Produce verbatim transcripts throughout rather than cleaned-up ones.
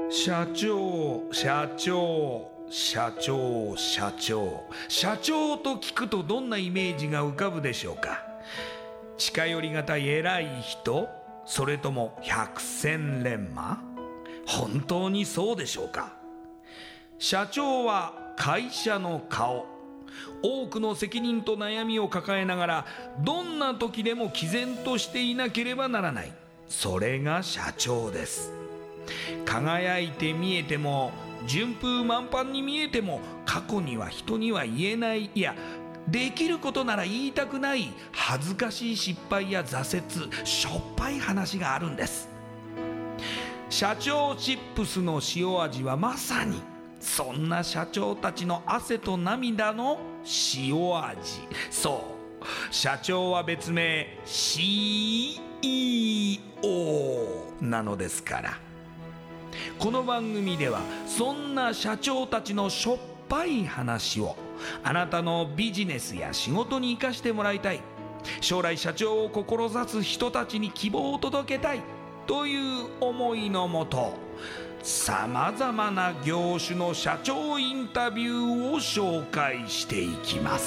社長社長社長社長社長と聞くとどんなイメージが浮かぶでしょうか。近寄りがたい偉い人、それとも百戦錬磨。本当にそうでしょうか。社長は会社の顔、多くの責任と悩みを抱えながらどんな時でも毅然としていなければならない、それが社長です。輝いて見えても順風満帆に見えても、過去には人には言えない、いやできることなら言いたくない恥ずかしい失敗や挫折、しょっぱい話があるんです。社長チップスの塩味はまさにそんな社長たちの汗と涙の塩味。そう社長は別名 シーイーオー なのですから。この番組ではそんな社長たちのしょっぱい話をあなたのビジネスや仕事に生かしてもらいたい、将来社長を志す人たちに希望を届けたいという思いのもと、さまざまな業種の社長インタビューを紹介していきます。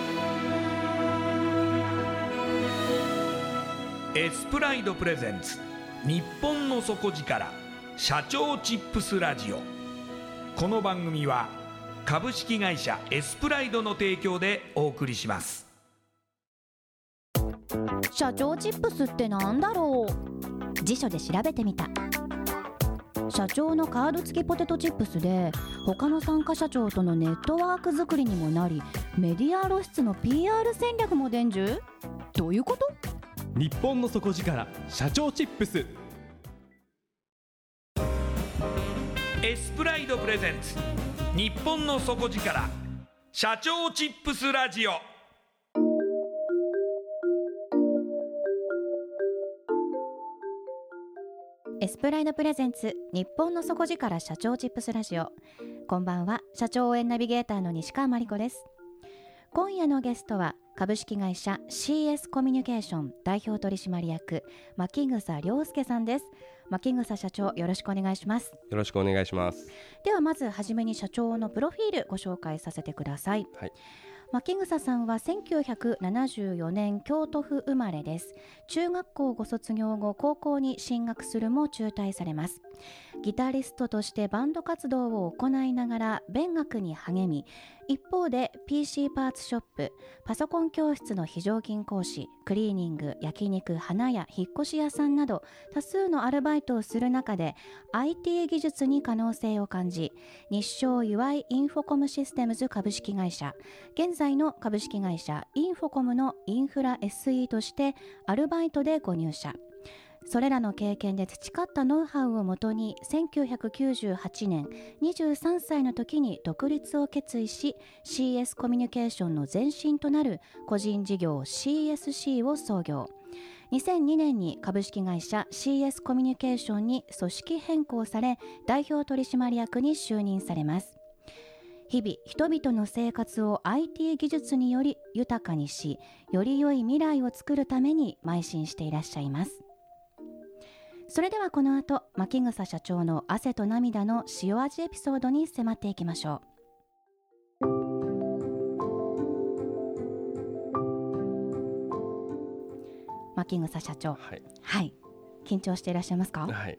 エスプライドプレゼンツ日本の底力社長チップスラジオ。この番組は株式会社エスプライドの提供でお送りします。 社長チップスってなんだろう。辞書で調べてみた。社長のカード付きポテトチップスで、他の参加社長とのネットワーク作りにもなり、メディア露出の ピーアール 戦略も伝授。どういうこと？ 日本の底力社長チップス。 エスプライドプレゼンツ日本の底力社長チップスラジオ。 エスプライドプレゼンツ日本の底力社長チップスラジオ。こんばんは、社長応援ナビゲーターの西川真理子です。今夜のゲストは株式会社 シーエス コミュニケーション代表取締役牧草良介さんです。牧草社長、よろしくお願いします。 よろしくお願いします。 ではまずはじめに社長のプロフィールご紹介させてください。 はい、 牧草さんはせんきゅうひゃくななじゅうよねん京都府生まれです。中学校ご卒業後、高校に進学するも中退されます。ギタリストとしてバンド活動を行いながら勉学に励み、一方で ピーシー パーツショップ、パソコン教室の非常勤講師、クリーニング、焼肉、花屋、引っ越し屋さんなど多数のアルバイトをする中で アイティー 技術に可能性を感じ、日商岩井インフォコムシステムズ株式会社、現在の株式会社インフォコムのインフラ エスイー としてアルバイトでご入社。それらの経験で培ったノウハウをもとにせんきゅうひゃくきゅうじゅうはちねんにじゅうさんさいの時に独立を決意し、 シーエス コミュニケーションの前身となる個人事業 シーエスシー を創業。にせんにねんに株式会社 シーエス コミュニケーションに組織変更され、代表取締役に就任されます。日々人々の生活を アイティー 技術により豊かにし、より良い未来を作るために邁進していらっしゃいます。それではこの後、牧草社長の汗と涙の塩味エピソードに迫っていきましょう。牧草社長、 はい、 はい、緊張していらっしゃいますか？ はい、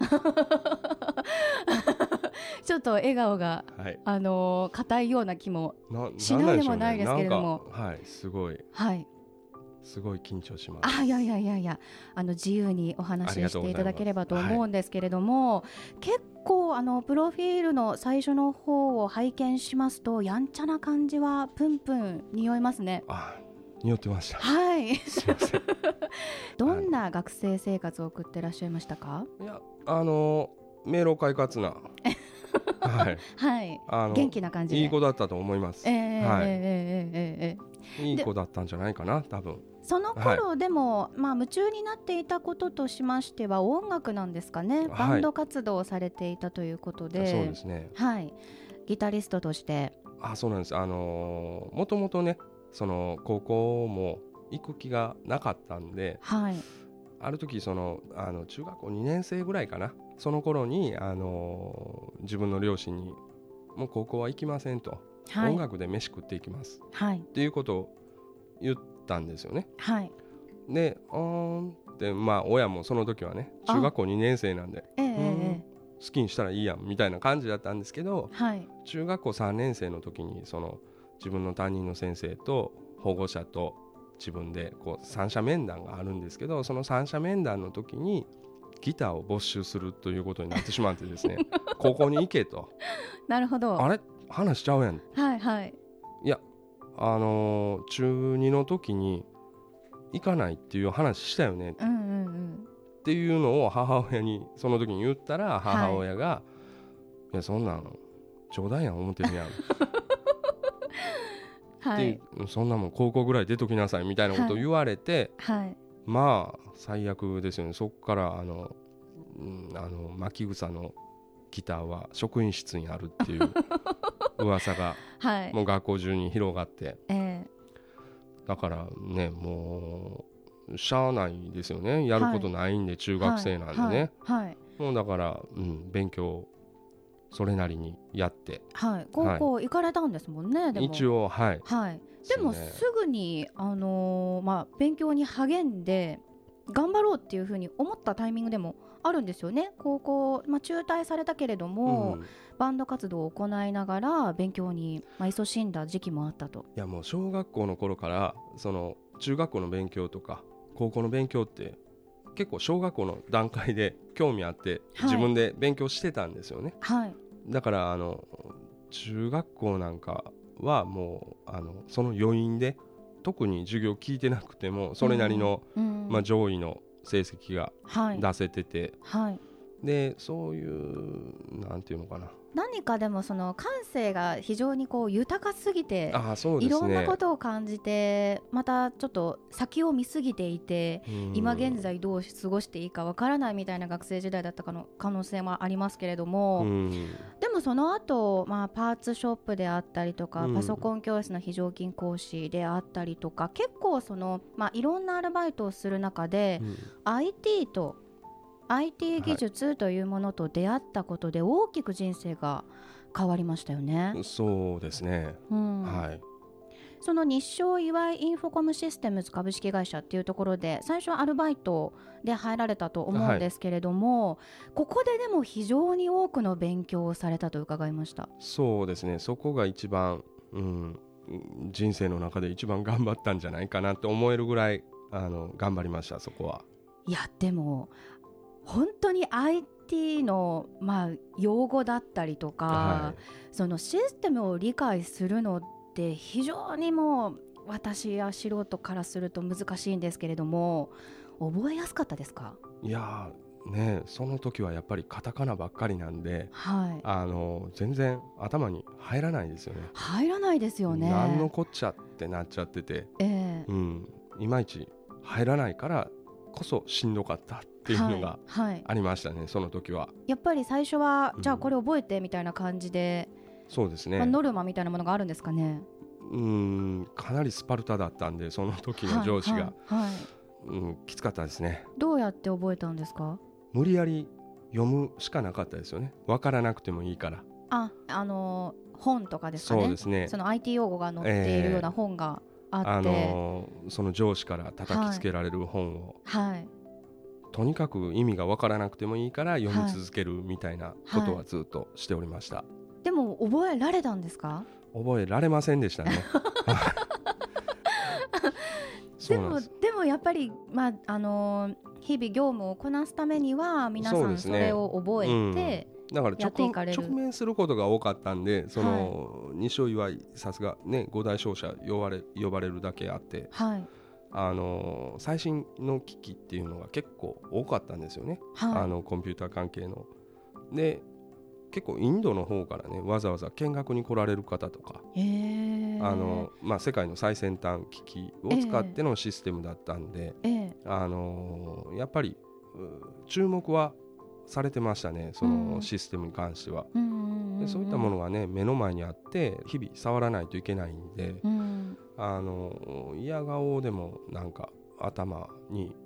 ちょっと笑顔が、 はい、 あの硬いような気もしないでもないですけれども、 ね、はい、すごい、 はい、すごい緊張します。 あ、いやいやいやいや、あの自由にお話ししていただければと思うんですけれども、はい、結構あのプロフィールの最初の方を拝見しますと、やんちゃな感じはプンプン匂いますね。 あ、匂ってました。 はい。 すいません。 どんな学生生活を送ってらっしゃいましたか？ いや、あの明朗快活なはい、 はい、あの元気な感じでいい子だったと思います。 えーはい、 えーえーえー、 いい子だったんじゃないかな、多分。 その頃でも、はい、まあ、夢中になっていたこととしましては音楽なんですかね。バンド活動をされていたということで、はい、 そうですね、 はい、ギタリストとして。 あ、そうなんです。あのー、もともとね、その高校も行く気がなかったんで、 はい、 ある時そのあの中学校にねん生ぐらいかなその頃に、あのー自分の両親にもう高校は行きませんと、 はい、 音楽で飯食っていきますはいっていうことを言ったんですよね。 はいで、あーんってまあ親もその時はね中学校にねん生なんで、 ええうんええ好きにしたらいいやんみたいな感じだったんですけど、 はい中学校さんねん生の時にその自分の担任の先生と保護者と自分でこう三者面談があるんですけど、その三者面談の時にギターを没収するということになってしまってですね高校に行けと。 なるほど。 あれ話しちゃうやん。 はいはいいやあのー中にの時に行かないっていう話したよねうんうんうんっていうのを母親にその時に言ったら、母親が、い、やそんなの冗談やん思ってるやんはいでそんなもん高校ぐらい出ときなさいみたいなことを言われて、 はいまあ最悪ですよね。そっからあの、うん、あの巻草のギターは職員室にあるっていう噂がはいもう学校中に広がって、 ええだからねもうしゃあないですよね。やることないんで、中学生なんでね、 はいはいもうだから、うん、勉強それなりにやってはい高校行かれたんですもんね、でも一応はいはいでもそうねすぐに、あのーまあ、勉強に励んで頑張ろうっていうふうに思ったタイミングでもあるんですよね。高校、まあ、中退されたけれども、 うん、いバンド活動を行いながら勉強に、まあ、勤しんだ時期もあったと。 やもう小学校の頃からその中学校の勉強とか高校の勉強って結構小学校の段階で興味あって自分で勉強してたんですよね、 はい、 だからあの中学校なんかはもうあのその余韻で特に授業聞いてなくてもそれなりの、 うんまあ、上位の成績がはい出せてて、 はい、 でそういうなんていうのかな、 何かでもその感性が非常にこう豊かすぎて、 あそうですね、 いろんなことを感じて、またちょっと先を見すぎていて、 うん今現在どう過ごしていいかわからないみたいな学生時代だったかの可能性もありますけれども、 うんでもその後、まあパーツショップであったりとか、 うんパソコン教室の非常勤講師であったりとか、結構その、まあ、いろんなアルバイトをする中で、 うんアイティー と アイティー 技術というものと出会ったことで大きく人生が変わりましたよね。 そうですね、 うんはいその日商岩井インフォコムシステムズ株式会社っていうところで最初はアルバイトで入られたと思うんですけれども、はい、ここででも非常に多くの勉強をされたと伺いました。 そうですね、そこが一番、うん、人生の中で一番頑張ったんじゃないかなと思えるぐらいあの頑張りました。そこは。 いやでも本当に アイティー の、まあ、用語だったりとか、はい、そのシステムを理解するのって非常にもう私や素人からすると難しいんですけれども、覚えやすかったですか？ いやね、その時はやっぱりカタカナばっかりなんで、 はい、 あの全然頭に入らないですよね。 入らないですよね。 何のこっちゃってなっちゃってて、 えーうん、いまいち入らないからこそしんどかったっていうのがありましたね、はいはい、その時は。やっぱり最初は、うん、じゃあこれ覚えてみたいな感じで、 そうですね、 まあ、ノルマみたいなものがあるんですかね。 うーんかなりスパルタだったんで、その時の上司が、はいはいはい、うん、きつかったですね。 どうやって覚えたんですか？ 無理やり読むしかなかったですよね。分からなくてもいいから。 あ、あのー、本とかですかね。 そうですね、 その アイティー 用語が載っているような本があって、えーあのー、その上司から叩きつけられる本を、 はいはい、 とにかく意味が分からなくてもいいから読み続けるみたいなことはずっとしておりました、はいはい、 でも覚えられたんですか？ 覚えられませんでしたねでもでもやっぱり、まああのー、日々業務をこなすためには皆さんそれを覚えて、 うん、だから 直, 直面することが多かったんで、その、はい、西尾岩井さすがね五大商社呼ばれ呼ばれるだけあって、はい、あのー、最新の機器っていうのが結構多かったんですよね、はい、あのコンピューター関係ので、結構インドの方からねわざわざ見学に来られる方とか、 へー、 あのまあ、世界の最先端機器を使ってのシステムだったんで、えー、あのー、やっぱり注目はされてましたね、そのシステムに関しては、うん、でそういったものがね目の前にあって日々触らないといけないんで、うん、あの嫌顔でもなんか頭に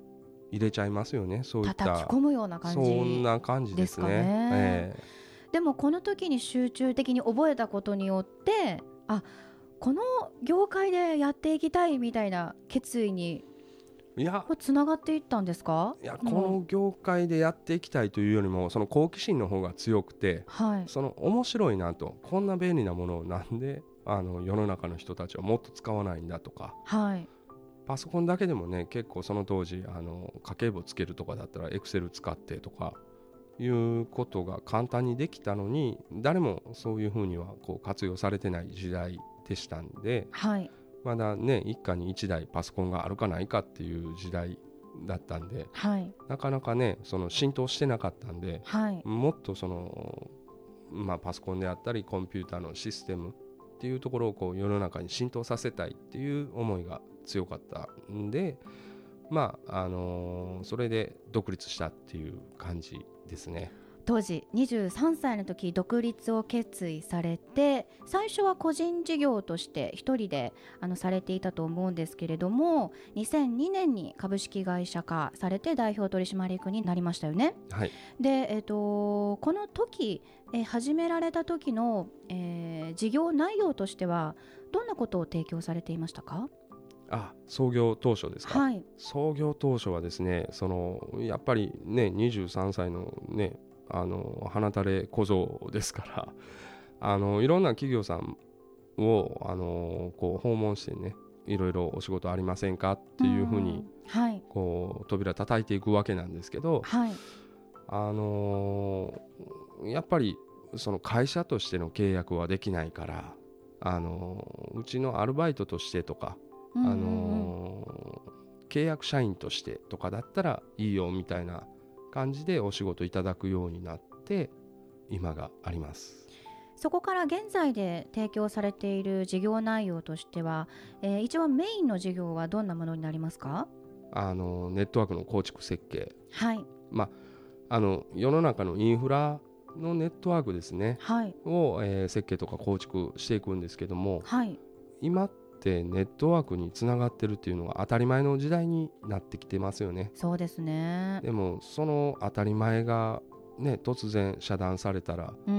入れちゃいますよね。そういった叩き込むような感じですかね。 そんな感じですね、えー、でもこの時に集中的に覚えたことによってあこの業界でやっていきたいみたいな決意につながっていったんですか？ いや、この業界でやっていきたいというよりもその好奇心の方が強くて、はい、その面白いなと、こんな便利なものをなんであの世の中の人たちはもっと使わないんだとか、はい、パソコンだけでもね結構その当時あの家計簿つけるとかだったらエクセル使ってとかいうことが簡単にできたのに、誰もそういうふうにはこう活用されてない時代でしたんで、はい、まだね一家に一台パソコンがあるかないかっていう時代だったんで、はい、なかなかねその浸透してなかったんで、はい、もっとその、まあ、パソコンであったりコンピューターのシステムっていうところをこう世の中に浸透させたいっていう思いが強かったんで、まああのー、それで独立したっていう感じですね。 当時にじゅうさんさいの時独立を決意されて、最初は個人事業として一人であのされていたと思うんですけれども、にせんにねんに株式会社化されて代表取締役になりましたよね。はい、で、えーと、この時、えー、始められた時の、えー、事業内容としてはどんなことを提供されていましたか？ あ、創業当初ですか。はい、創業当初はですね、そのやっぱりねにじゅうさんさいのねあの放たれ小僧ですからあのいろんな企業さんをあのこう訪問してね、いろいろお仕事ありませんかっていうふうに、はい、こう扉叩いていくわけなんですけど、はい、あのやっぱりその会社としての契約はできないから、あのうちのアルバイトとしてとか、あの契約社員としてとかだったらいいよみたいな感じでお仕事いただくようになって今があります。 そこから現在で提供されている事業内容としては、えー、一番メインの事業はどんなものになりますか？ あのネットワークの構築設計、はい、まあ、あの世の中のインフラのネットワークですね、はい、を、えー、設計とか構築していくんですけども、はい、今ってネットワークにつながってるっていうのが当たり前の時代になってきてますよね。 そうですね。 でもその当たり前がね突然遮断されたら、うん、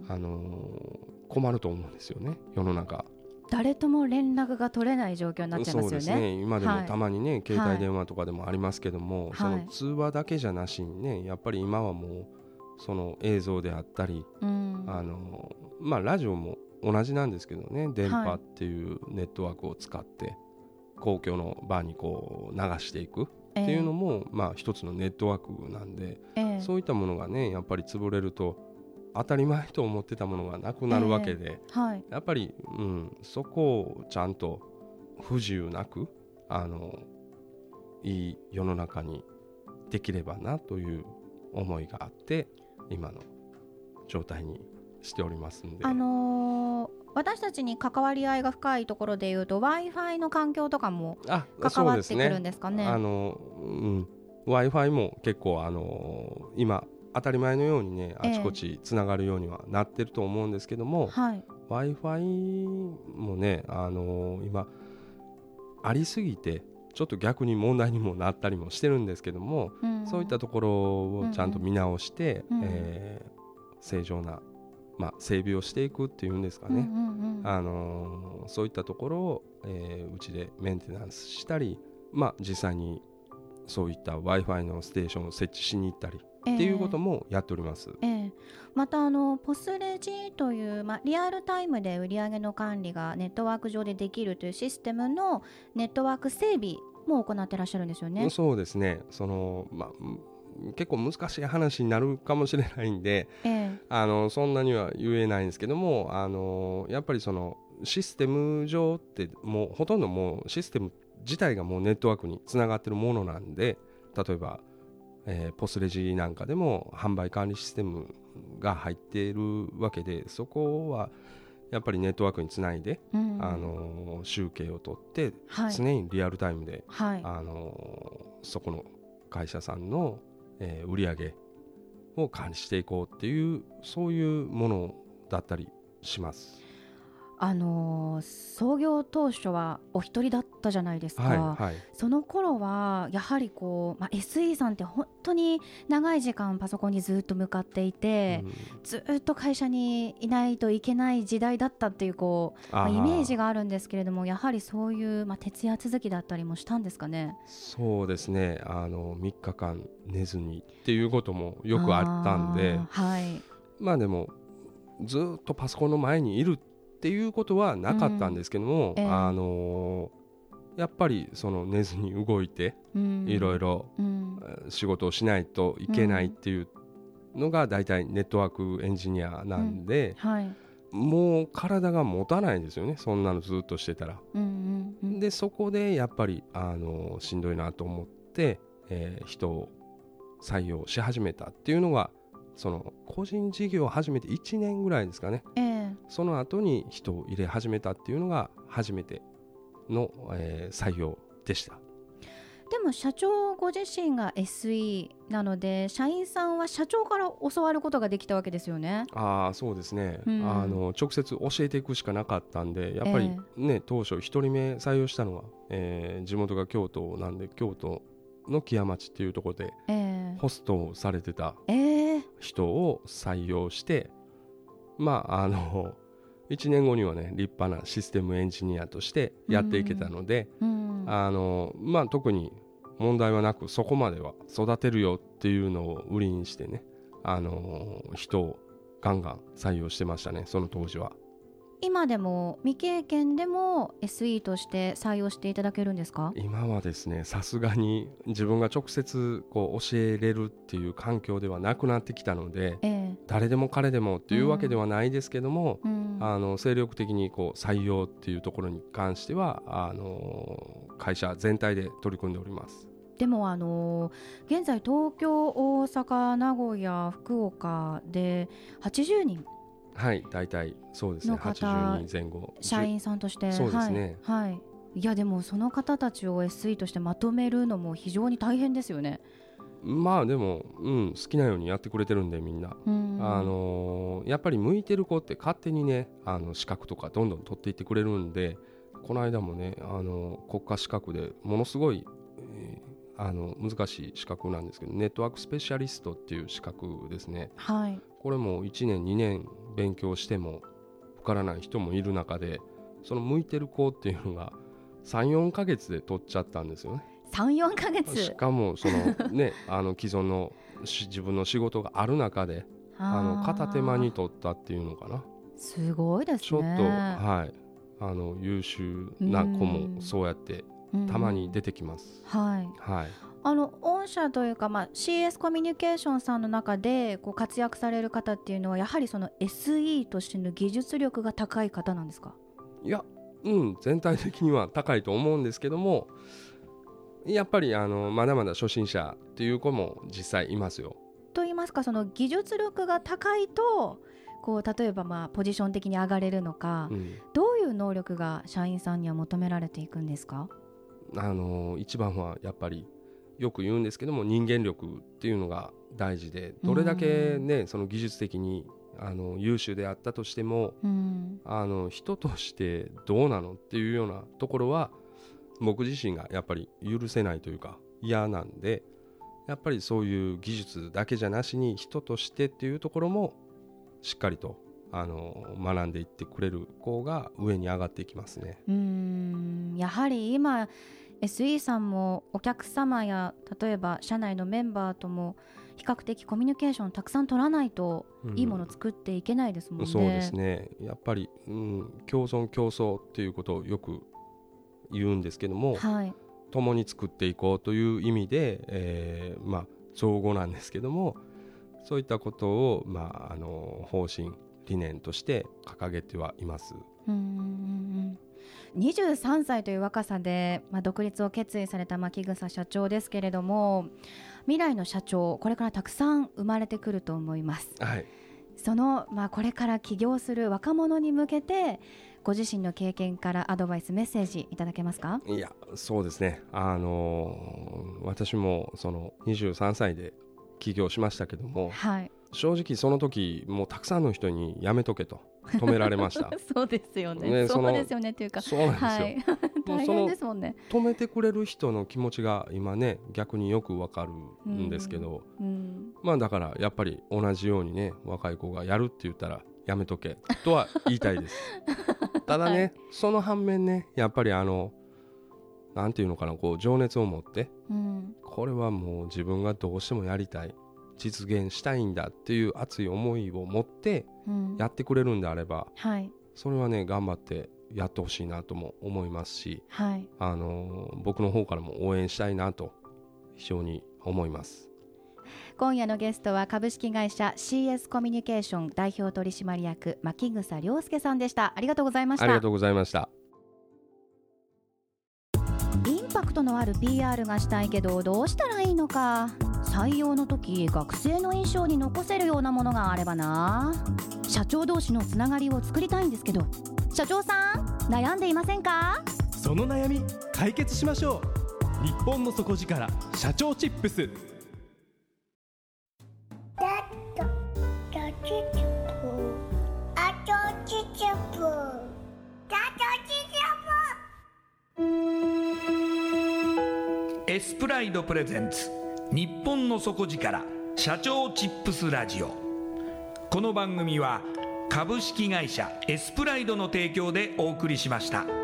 あのー、困ると思うんですよね。世の中誰とも連絡が取れない状況になっちゃいますよね。 そうですね。今でもたまにね、はい、携帯電話とかでもありますけども、はい、その通話だけじゃなしにね、やっぱり今はもうその映像であったり、うん、あのー、まあラジオも同じなんですけどね、電波っていうネットワークを使って公共の場にこう流していくっていうのも、えーまあ、一つのネットワークなんで、えー、そういったものがねやっぱり潰れると当たり前と思ってたものがなくなるわけで、えーはい、やっぱり、うん、そこをちゃんと不自由なくあのいい世の中にできればなという思いがあって今の状態にしておりますんで、 あのー、私たちに関わり合いが深いところでいうと Wi-Fi の環境とかも関わってくるんですかね。 あの、うん、Wi-Fi も結構、あのー、今当たり前のようにねあちこちつながるようにはなってると思うんですけども、えーはい、Wi-Fi もね、あのー、今ありすぎてちょっと逆に問題にもなったりもしてるんですけども、うん、そういったところをちゃんと見直して、うんうんえー、正常なまあ、整備をしていくっていうんですかね、うんうんうんあのー、そういったところを、えー、うちでメンテナンスしたり、まあ、実際にそういった Wi-Fi のステーションを設置しに行ったり、えー、っていうこともやっております。 えー、またあのポスレジという、まあ、リアルタイムで売上の管理がネットワーク上でできるというシステムのネットワーク整備も行ってらっしゃるんですよね。 そうですね。その、まあ結構難しい話になるかもしれないんで、ええ、あのそんなには言えないんですけども、あのやっぱりそのシステム上ってもうほとんどもうシステム自体がもうネットワークにつながってるものなんで、例えば、えー、ポスレジなんかでも販売管理システムが入っているわけで、そこはやっぱりネットワークにつないで、うん、あの集計を取って、はい、常にリアルタイムで、はい、あのそこの会社さんのえー、売り上げを管理していこうっていうそういうものだったりします。 あのー、創業当初はお一人だったじゃないですか、 はいはい、 その頃はやはりこう、まあ、エスイー さんって本当に長い時間パソコンにずっと向かっていて、うん、ずっと会社にいないといけない時代だったっていうこう、まあ、イメージがあるんですけれども、やはりそういう、まあ、徹夜続きだったりもしたんですかね。 そうですね、あのみっかかん寝ずにっていうこともよくあったんで、 はい、 まあでもずっとパソコンの前にいるっていうことはなかったんですけども、うんえー、あのー、やっぱりその寝ずに動いていろいろ仕事をしないといけないっていうのが大体ネットワークエンジニアなんで、うんはい、もう体が持たないですよね、そんなのずっとしてたら、うんうんうん、でそこでやっぱり、あのー、しんどいなと思って、えー、人を採用し始めたっていうのがその個人事業を始めていちねんぐらいですかね、えー、その後に人を入れ始めたっていうのが初めての、えー、採用でした。 でも社長ご自身が エスイー なので社員さんは社長から教わることができたわけですよね。 ああそうですね、うん、あの直接教えていくしかなかったんで、やっぱりね、えー、当初ひとりめ採用したのは、えー、地元が京都なんで京都の木屋町っていうところで、えー、ホストをされてた人を採用して、えー、まああのいちねんごにはね立派なシステムエンジニアとしてやっていけたので、うんうん、あのまあ特に問題はなくそこまでは育てるよっていうのを売りにしてね、あの人をガンガン採用してましたね、その当時は。 今でも未経験でも エスイー として採用していただけるんですか？ 今はですね、さすがに自分が直接こう教えれるっていう環境ではなくなってきたので、ええ、誰でも彼でもっていうわけではないですけども、うん、あの精力的にこう採用っていうところに関してはあの会社全体で取り組んでおります。 でもあの現在東京、大阪、名古屋、福岡ではちじゅうにんはい、大体そうですね、はちじゅうにんぜん後社員さんとしてそうですね、 はいはい、いやでもその方たちを エスイー としてまとめるのも非常に大変ですよね。 まあでも、うん、好きなようにやってくれてるんでみんな、うんあのー、やっぱり向いてる子って勝手にねあの資格とかどんどん取っていってくれるんで、この間もね、あの国家資格でものすごい、えーあの難しい資格なんですけど、ネットワークスペシャリストっていう資格ですね、はい、これもいちねんにねん勉強しても受からない人もいる中で、その向いてる子っていうのが さん,よん ヶ月で取っちゃったんですよね。 さん,よん ヶ月しかもその、ね、あの既存の自分の仕事がある中であの片手間に取ったっていうのかな。 すごいですね。 ちょっと、はい、あの優秀な子もそうやってたまに出てきます、 はいはい、あの御社というか、まあ、シーエス コミュニケーションさんの中でこう活躍される方っていうのはやはりその エスイー としての技術力が高い方なんですか？ いや、うん、全体的には高いと思うんですけども、やっぱりあのまだまだ初心者っていう子も実際いますよ。 と言いますか、その技術力が高いとこう例えばまあポジション的に上がれるのか、うん、どういう能力が社員さんには求められていくんですか？ あの一番はやっぱりよく言うんですけども、人間力っていうのが大事で、どれだけねその技術的にあの優秀であったとしても、あの人としてどうなのっていうようなところは僕自身がやっぱり許せないというか嫌なんで、やっぱりそういう技術だけじゃなしに人としてっていうところもしっかりとあの学んでいってくれる子が上に上がっていきますね。 うーん、やはり今エスイー さんもお客様や例えば社内のメンバーとも比較的コミュニケーションたくさん取らないといいものを作っていけないですもんね、うん、 そうですね。やっぱり、うん、共存共創っていうことをよく言うんですけども、はい、共に作っていこうという意味で、えーまあ、造語なんですけども、そういったことを、まあ、あの方針理念として掲げてはいます。うんうん、 にじゅうさんさいという若さで、まあ、独立を決意された牧草社長ですけれども、未来の社長これからたくさん生まれてくると思います、はい、その、まあ、これから起業する若者に向けてご自身の経験からアドバイスメッセージいただけますか？ いや、そうですね、あのー、私もそのにじゅうさんさいで起業しましたけども、はい、正直その時もうたくさんの人にやめとけと止められましたそうですよ ね, ねそうですよねっていうかそうなんですよ、はい、 大変ですもんね。 止めてくれる人の気持ちが今ね逆によくわかるんですけど、うんうん、まあだからやっぱり同じようにね若い子がやるって言ったらやめとけとは言いたいですただね、はい、その反面ねやっぱりあのなんていうのかなこう情熱を持って、うん、これはもう自分がどうしてもやりたい実現したいんだっていう熱い思いを持ってやってくれるんであれば、うんはい、それはね頑張ってやってほしいなとも思いますし、はい、あのー、僕の方からも応援したいなと非常に思います。 今夜のゲストは株式会社 シーエス コミュニケーション代表取締役牧草良介さんでした。ありがとうございました。 ありがとうございました。 インパクトのある ピーアール がしたいけどどうしたらいいのか。採用の時学生の印象に残せるようなものがあればな。社長同士のつながりを作りたいんですけど、社長さん悩んでいませんか？ その悩み解決しましょう。日本の底力社長チップス。 エスプライドプレゼンツ日本の底力社長チップスラジオ。この番組は株式会社エスプライドの提供でお送りしました。